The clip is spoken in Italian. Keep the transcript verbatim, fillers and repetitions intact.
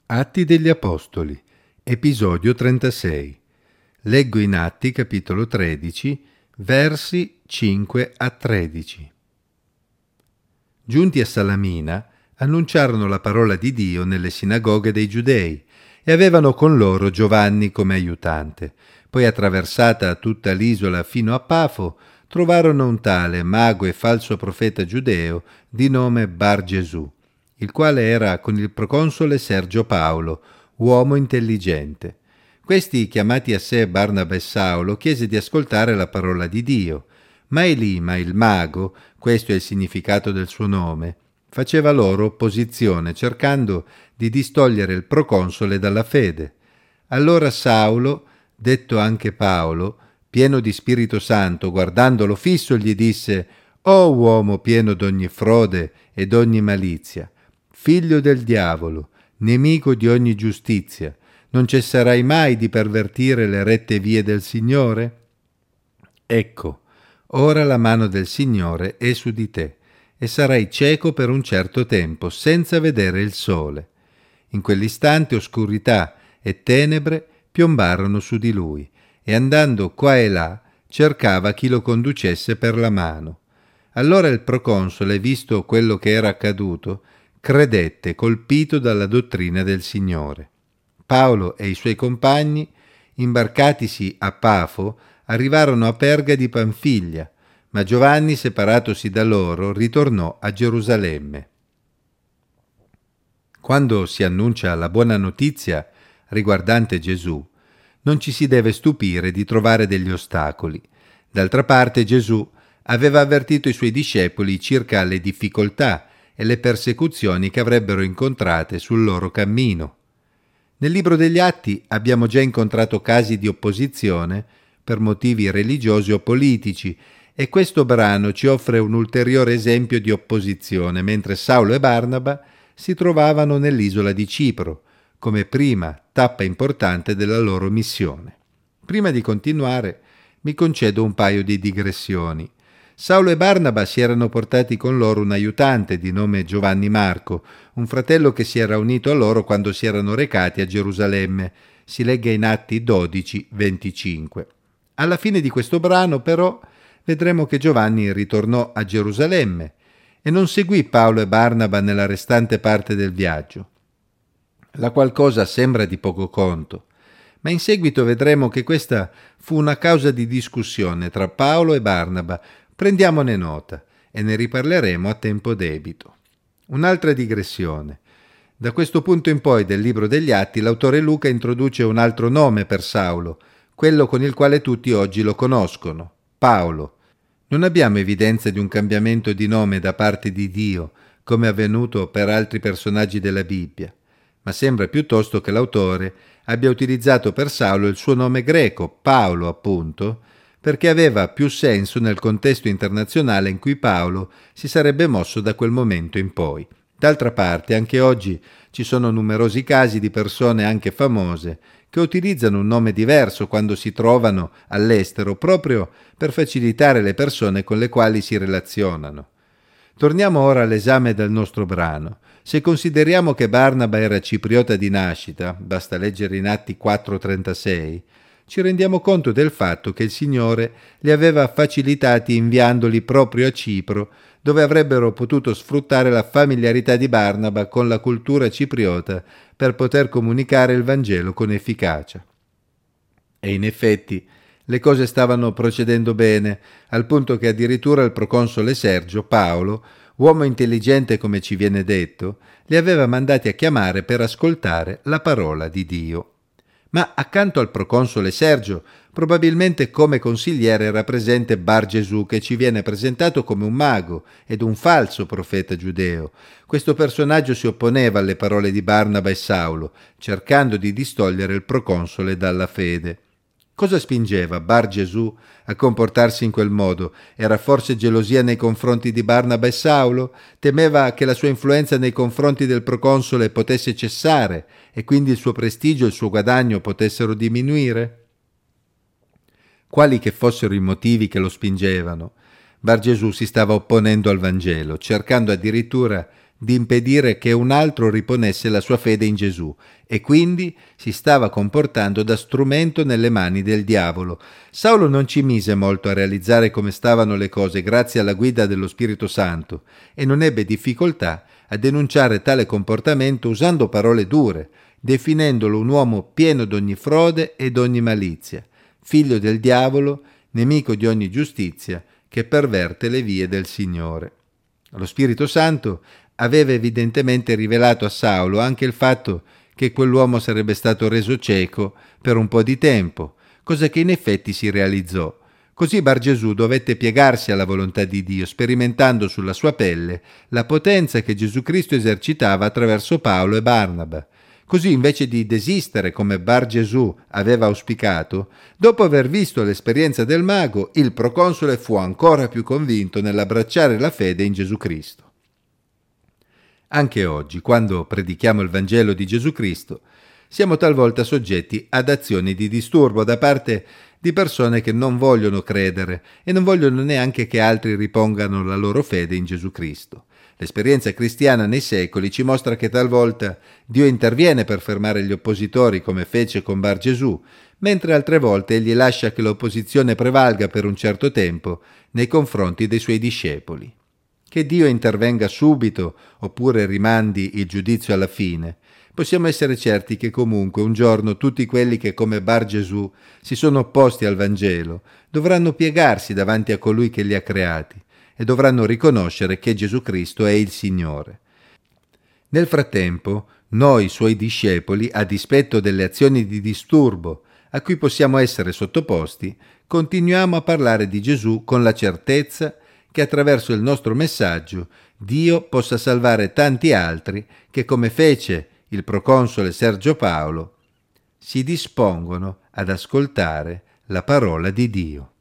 Atti degli Apostoli, episodio trentasei. Leggo in Atti, capitolo tredici, versi cinque a tredici. Giunti a Salamina, annunciarono la parola di Dio nelle sinagoghe dei Giudei e avevano con loro Giovanni come aiutante. Poi, attraversata tutta l'isola fino a Pafo, trovarono un tale mago e falso profeta giudeo di nome Bar Gesù, il quale era con il proconsole Sergio Paolo, uomo intelligente. Questi, chiamati a sé Barnaba e Saulo, chiese di ascoltare la parola di Dio, ma Elima, il mago, questo è il significato del suo nome, faceva loro opposizione, cercando di distogliere il proconsole dalla fede. Allora Saulo, detto anche Paolo, pieno di Spirito Santo, guardandolo fisso, gli disse: «O uomo pieno d'ogni frode e d'ogni malizia, figlio del diavolo, nemico di ogni giustizia, non cesserai mai di pervertire le rette vie del Signore? Ecco, ora la mano del Signore è su di te, e sarai cieco per un certo tempo, senza vedere il sole». In quell'istante oscurità e tenebre piombarono su di lui, e andando qua e là cercava chi lo conducesse per la mano. Allora il proconsole, visto quello che era accaduto, credette, colpito dalla dottrina del Signore. Paolo e i suoi compagni, imbarcatisi a Pafo, arrivarono a Perga di Panfiglia, ma Giovanni, separatosi da loro, ritornò a Gerusalemme. Quando si annuncia la buona notizia riguardante Gesù, non ci si deve stupire di trovare degli ostacoli. D'altra parte Gesù aveva avvertito i suoi discepoli circa le difficoltà e le persecuzioni che avrebbero incontrate sul loro cammino. Nel libro degli Atti abbiamo già incontrato casi di opposizione per motivi religiosi o politici, e questo brano ci offre un ulteriore esempio di opposizione, mentre Saulo e Barnaba si trovavano nell'isola di Cipro, come prima tappa importante della loro missione. Prima di continuare, mi concedo un paio di digressioni. Saulo e Barnaba si erano portati con loro un aiutante di nome Giovanni Marco, un fratello che si era unito a loro quando si erano recati a Gerusalemme. Si legge in Atti dodici venticinque. Alla fine di questo brano, però, vedremo che Giovanni ritornò a Gerusalemme e non seguì Paolo e Barnaba nella restante parte del viaggio, la qual cosa sembra di poco conto, ma in seguito vedremo che questa fu una causa di discussione tra Paolo e Barnaba. Prendiamone nota e ne riparleremo a tempo debito. Un'altra digressione. Da questo punto in poi del libro degli Atti l'autore Luca introduce un altro nome per Saulo, quello con il quale tutti oggi lo conoscono, Paolo. Non abbiamo evidenza di un cambiamento di nome da parte di Dio, come è avvenuto per altri personaggi della Bibbia, ma sembra piuttosto che l'autore abbia utilizzato per Saulo il suo nome greco, Paolo appunto, perché aveva più senso nel contesto internazionale in cui Paolo si sarebbe mosso da quel momento in poi. D'altra parte, anche oggi ci sono numerosi casi di persone anche famose che utilizzano un nome diverso quando si trovano all'estero, proprio per facilitare le persone con le quali si relazionano. Torniamo ora all'esame del nostro brano. Se consideriamo che Barnaba era cipriota di nascita, basta leggere in Atti quattro trentasei, ci rendiamo conto del fatto che il Signore li aveva facilitati inviandoli proprio a Cipro, dove avrebbero potuto sfruttare la familiarità di Barnaba con la cultura cipriota per poter comunicare il Vangelo con efficacia. E in effetti le cose stavano procedendo bene, al punto che addirittura il proconsole Sergio Paolo, uomo intelligente come ci viene detto, li aveva mandati a chiamare per ascoltare la parola di Dio. Ma accanto al proconsole Sergio, probabilmente come consigliere era presente Bar Gesù, che ci viene presentato come un mago ed un falso profeta giudeo. Questo personaggio si opponeva alle parole di Barnaba e Saulo, cercando di distogliere il proconsole dalla fede. Cosa spingeva Bar Gesù a comportarsi in quel modo? Era forse gelosia nei confronti di Barnaba e Saulo? Temeva che la sua influenza nei confronti del proconsole potesse cessare e quindi il suo prestigio e il suo guadagno potessero diminuire? Quali che fossero i motivi che lo spingevano, Bar Gesù si stava opponendo al Vangelo, cercando addirittura di impedire che un altro riponesse la sua fede in Gesù e quindi si stava comportando da strumento nelle mani del diavolo. Saulo non ci mise molto a realizzare come stavano le cose grazie alla guida dello Spirito Santo e non ebbe difficoltà a denunciare tale comportamento usando parole dure, definendolo un uomo pieno d'ogni frode e d'ogni malizia, figlio del diavolo, nemico di ogni giustizia, che perverte le vie del Signore. Lo Spirito Santo aveva evidentemente rivelato a Saulo anche il fatto che quell'uomo sarebbe stato reso cieco per un po' di tempo, cosa che in effetti si realizzò. Così Bar Gesù dovette piegarsi alla volontà di Dio, sperimentando sulla sua pelle la potenza che Gesù Cristo esercitava attraverso Paolo e Barnaba. Così, invece di desistere come Bar Gesù aveva auspicato, dopo aver visto l'esperienza del mago, il proconsole fu ancora più convinto nell'abbracciare la fede in Gesù Cristo. Anche oggi, quando predichiamo il Vangelo di Gesù Cristo, siamo talvolta soggetti ad azioni di disturbo da parte di persone che non vogliono credere e non vogliono neanche che altri ripongano la loro fede in Gesù Cristo. L'esperienza cristiana nei secoli ci mostra che talvolta Dio interviene per fermare gli oppositori, come fece con Bar Gesù, mentre altre volte egli lascia che l'opposizione prevalga per un certo tempo nei confronti dei suoi discepoli. Che Dio intervenga subito oppure rimandi il giudizio alla fine, possiamo essere certi che comunque un giorno tutti quelli che come Bar Gesù si sono opposti al Vangelo dovranno piegarsi davanti a colui che li ha creati e dovranno riconoscere che Gesù Cristo è il Signore. Nel frattempo, noi, suoi discepoli, a dispetto delle azioni di disturbo a cui possiamo essere sottoposti, continuiamo a parlare di Gesù con la certezza che attraverso il nostro messaggio Dio possa salvare tanti altri che, come fece il proconsole Sergio Paolo, si dispongono ad ascoltare la parola di Dio.